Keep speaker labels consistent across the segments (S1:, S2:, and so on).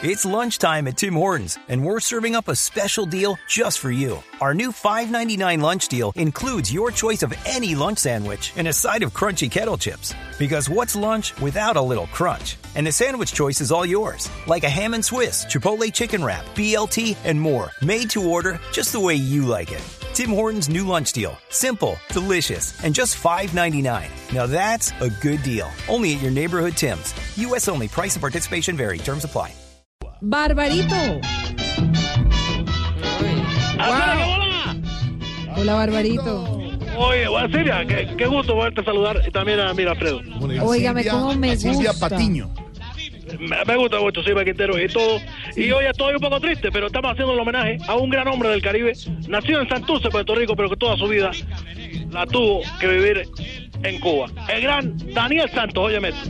S1: It's lunchtime at Tim Hortons, and we're serving up a special deal just for you. Our new $5.99 lunch deal includes your choice of any lunch sandwich and a side of crunchy kettle chips. Because what's lunch without a little crunch? And the sandwich choice is all yours, like a ham and Swiss, Chipotle chicken wrap, BLT, and more, made to order just the way you like it. Tim Hortons' new lunch deal. Simple, delicious, and just $5.99. Now that's a good deal. Only at your neighborhood Tim's. U.S. only. Price and participation vary. Terms apply.
S2: Barbarito.
S3: ¡Hola!
S2: Hola, Barbarito.
S3: Oye, Silvia, qué gusto poderte saludar. Y también a Alfredo.
S2: Óigame, cómo me
S4: Silvia
S2: gusta.
S4: Patiño.
S3: Me gusta mucho Silvia Quintero y todo. Y hoy estoy un poco triste, pero estamos haciendo el homenaje a un gran hombre del Caribe, nacido en Santurce, Puerto Rico, pero que toda su vida la tuvo que vivir en Cuba. El gran Daniel Santos, óyeme esto.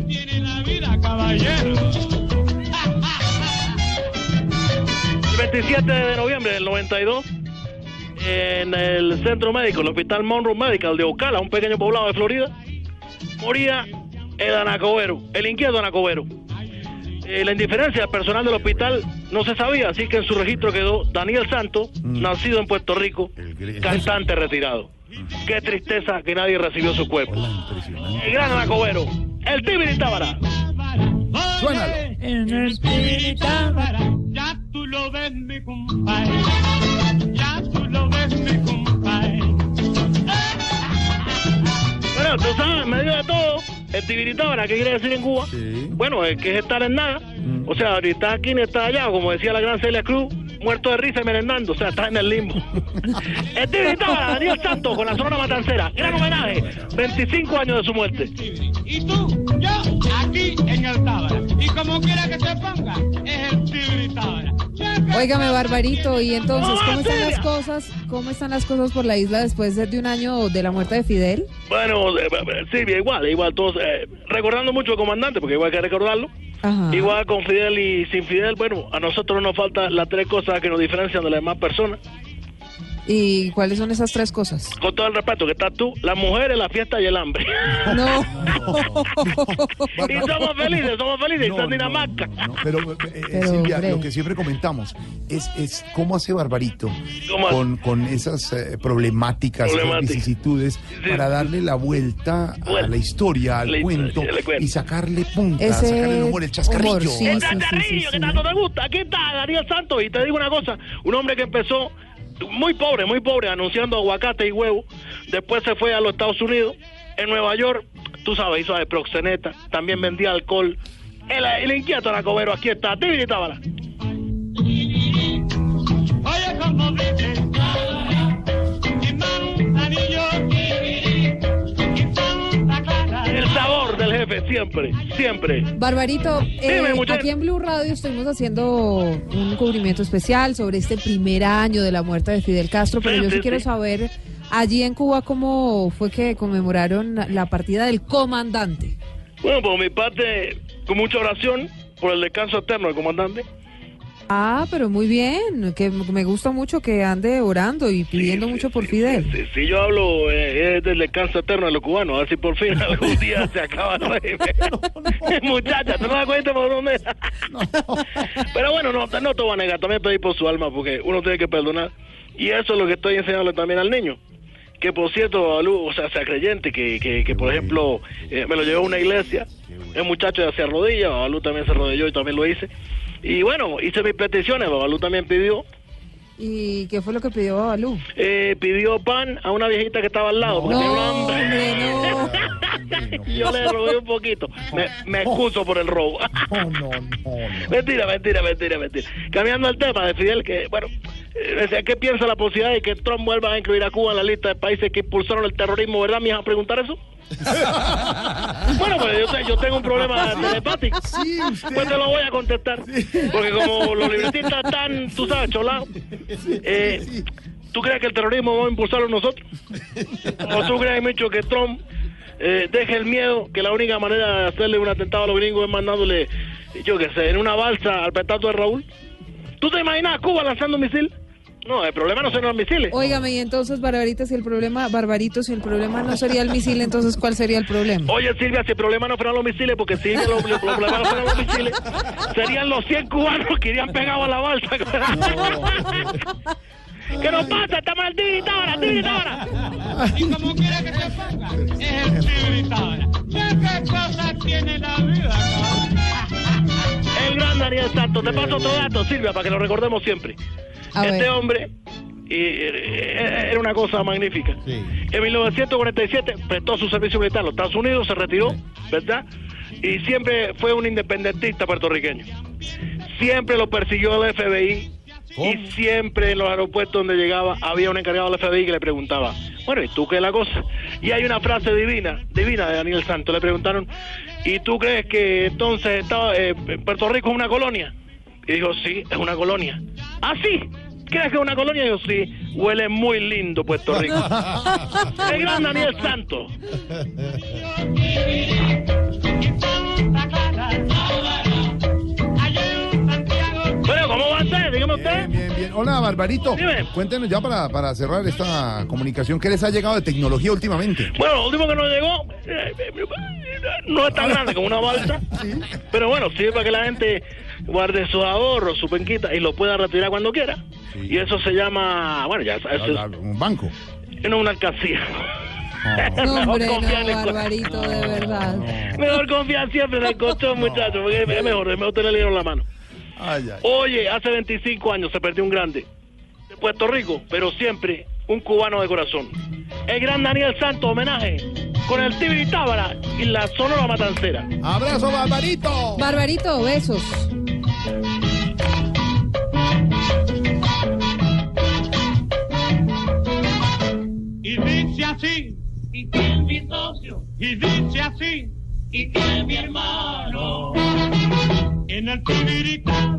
S3: El 27 de noviembre del 92, en el centro médico, el Hospital Monroe Medical de Ocala, un pequeño poblado de Florida, moría el anacobero, el inquieto anacobero. La indiferencia del personal del hospital no se sabía, así que en su registro quedó Daniel Santos, nacido en Puerto Rico, cantante retirado. Qué tristeza que nadie recibió su cuerpo. El gran anacobero, el Tibiri Tábara.
S4: Suénalo.
S5: En el Tibiri Tábara, ya tú lo ves, mi compadre. Ya tú lo ves, mi compadre.
S3: Bueno, tú sabes, en medio de todo, el Tibiri Tábara, ¿qué quiere decir en Cuba?
S4: Sí.
S3: Bueno, es que es estar en nada. O sea, ni estás aquí ni estás allá, como decía la gran Celia Cruz, muerto de risa y merendando, o sea, estás en el limbo. El Tibiri Tábara, Daniel Santos, con la Sonora Matancera, gran homenaje, 25 años de su muerte.
S5: Y tú, yo, aquí en el Tábara. Y como quiera que te ponga, es el Tibiri Tábara.
S2: Óigame, Barbarito, y entonces,
S3: ¡Oh,
S2: ¿cómo están
S3: Silvia!
S2: las cosas? ¿Cómo están las cosas por la isla después de un año de la muerte de Fidel?
S3: Bueno, Silvia, igual todos, recordando mucho al comandante, porque igual hay que recordarlo.
S2: Ajá.
S3: Igual con Fidel y sin Fidel, bueno, a nosotros nos faltan las tres cosas que nos diferencian de las demás personas.
S2: ¿Y cuáles son esas tres cosas?
S3: Con todo el respeto que estás tú, las mujeres, la fiesta y el hambre.
S2: No.
S3: Y somos felices, y está en Dinamarca.
S4: Pero,
S2: Pero,
S4: Silvia,
S2: hombre.
S4: lo que siempre comentamos es cómo hace Barbarito
S3: ¿Cómo hace?
S4: con esas problemáticas, esas vicisitudes,
S3: Sí.
S4: para darle la vuelta a la historia, al cuento, y sacarle punta,
S2: Ese
S4: sacarle el humor, el chascarrillo.
S2: humor, sí.
S3: ¡El chascarrillo que tanto te gusta! Aquí está Daniel Santos, y te digo una cosa, un hombre que empezó muy pobre, anunciando aguacate y huevo, después se fue a los Estados Unidos, en Nueva York, tú sabes, hizo de proxeneta, también vendía alcohol. El inquieto anacobero, aquí está, Tibiri Tábara.
S5: Oye, como dice, y manzanillo, y Santa Clara.
S3: El sabor del jefe, siempre.
S2: Barbarito,
S3: Dime, mujer.
S2: aquí en Blue Radio estuvimos haciendo un cubrimiento especial sobre este primer año de la muerte de Fidel Castro, pero
S3: Sí,
S2: yo sí
S3: sí,
S2: quiero
S3: sí.
S2: saber allí en Cuba cómo fue que conmemoraron la partida del comandante.
S3: Bueno, por mi parte, con mucha oración por el descanso eterno del comandante.
S2: Ah, pero muy bien, que me gusta mucho que ande orando y pidiendo mucho por Fidel.
S3: Si yo hablo es del descanso eterno de los cubanos, a ver si por fin algún día se acaba el régimen. Muchacha, ¿tú no das cuenta por dónde? Pero bueno, no te voy a negar, también pedí por su alma, porque uno tiene que perdonar. Y eso es lo que estoy enseñándole también al niño. Que por cierto, Balú, o sea creyente, que por ejemplo, me lo llevó a una iglesia, el muchacho se arrodilla, Balú también se arrodilló y también lo hice. Y bueno, hice mis peticiones, Babalú también pidió.
S2: ¿Y qué fue lo que pidió Babalú?
S3: Pidió pan a una viejita que estaba al lado, porque tenía un hambre.
S2: Hombre, no.
S3: Y yo le robé un poquito. Me excuso por el robo.
S4: No.
S3: Mentira. Cambiando el tema de Fidel, que bueno, ¿qué piensa la posibilidad de que Trump vuelva a incluir a Cuba en la lista de países que impulsaron el terrorismo, verdad? ¿Me ibas a preguntar eso? Bueno, pues yo tengo un problema telepático.
S4: Sí, usted.
S3: Pues te lo voy a contestar. Porque como los libretistas están, tú sabes, cholados. ¿Tú crees que el terrorismo vamos a impulsarlo nosotros? ¿O tú crees, Micho, que Trump deje el miedo, que la única manera de hacerle un atentado a los gringos es mandándole, yo qué sé, en una balsa al petato de Raúl? ¿Tú te imaginas a Cuba lanzando un misil? No, el problema no son los misiles.
S2: Óigame, y entonces, Barbarito, si el problema no sería el misil, entonces, ¿cuál sería el problema?
S3: Oye, Silvia, si el problema no fueran los misiles, porque si el problema no fueran los misiles, serían los 100 cubanos que irían pegados a la balsa. ¿Qué nos pasa? Estamos al Tibiritábara.
S5: Y como quiera que se ponga, es el Tibiritábara. ¿Qué cosa tiene la vida?
S3: El gran Daniel Santos. Te paso otro dato, Silvia, para que lo recordemos siempre. Este hombre era una cosa magnífica. Sí. En 1947 prestó su servicio militar en los Estados Unidos, se retiró, ¿verdad? Y siempre fue un independentista puertorriqueño. Siempre lo persiguió el FBI. ¿Cómo? Y siempre en los aeropuertos donde llegaba había un encargado del FBI que le preguntaba, bueno, ¿y tú qué es la cosa? Y hay una frase divina de Daniel Santos. Le preguntaron, ¿y tú crees que entonces Puerto Rico es una colonia? Y dijo, sí, es una colonia. ¿Ah, sí? ¿Crees que es una colonia? Y dijo, sí, huele muy lindo Puerto Rico. El gran Daniel Santos. Bueno, ¿cómo va a ser? Dígame usted.
S4: Bien. Hola, Barbarito. Dime. Cuéntenos ya para cerrar esta comunicación, ¿qué les ha llegado de tecnología últimamente?
S3: Bueno, lo último que nos llegó no es tan grande como una balsa, ¿sí? Pero bueno, sirve para que la gente guarde sus ahorros, su penquita y lo pueda retirar cuando quiera. Sí. Y eso se llama, bueno, ya eso es
S4: un banco.
S3: No, una alcancía.
S2: No, hombre, no, Barbarito, de verdad.
S3: Mejor confiar siempre en el colchón, muchachos, porque es mejor tener el dinero en la mano. Oye, hace 25 años se perdió un grande de Puerto Rico, pero siempre un cubano de corazón. El gran Daniel Santos, homenaje con el Tibiritábara y la Sonora Matancera.
S4: ¡Abrazo, Barbarito!
S2: Barbarito, besos.
S5: Y dice así, y que es mi socio, y dice así, y que es mi hermano. En el Tibiritábara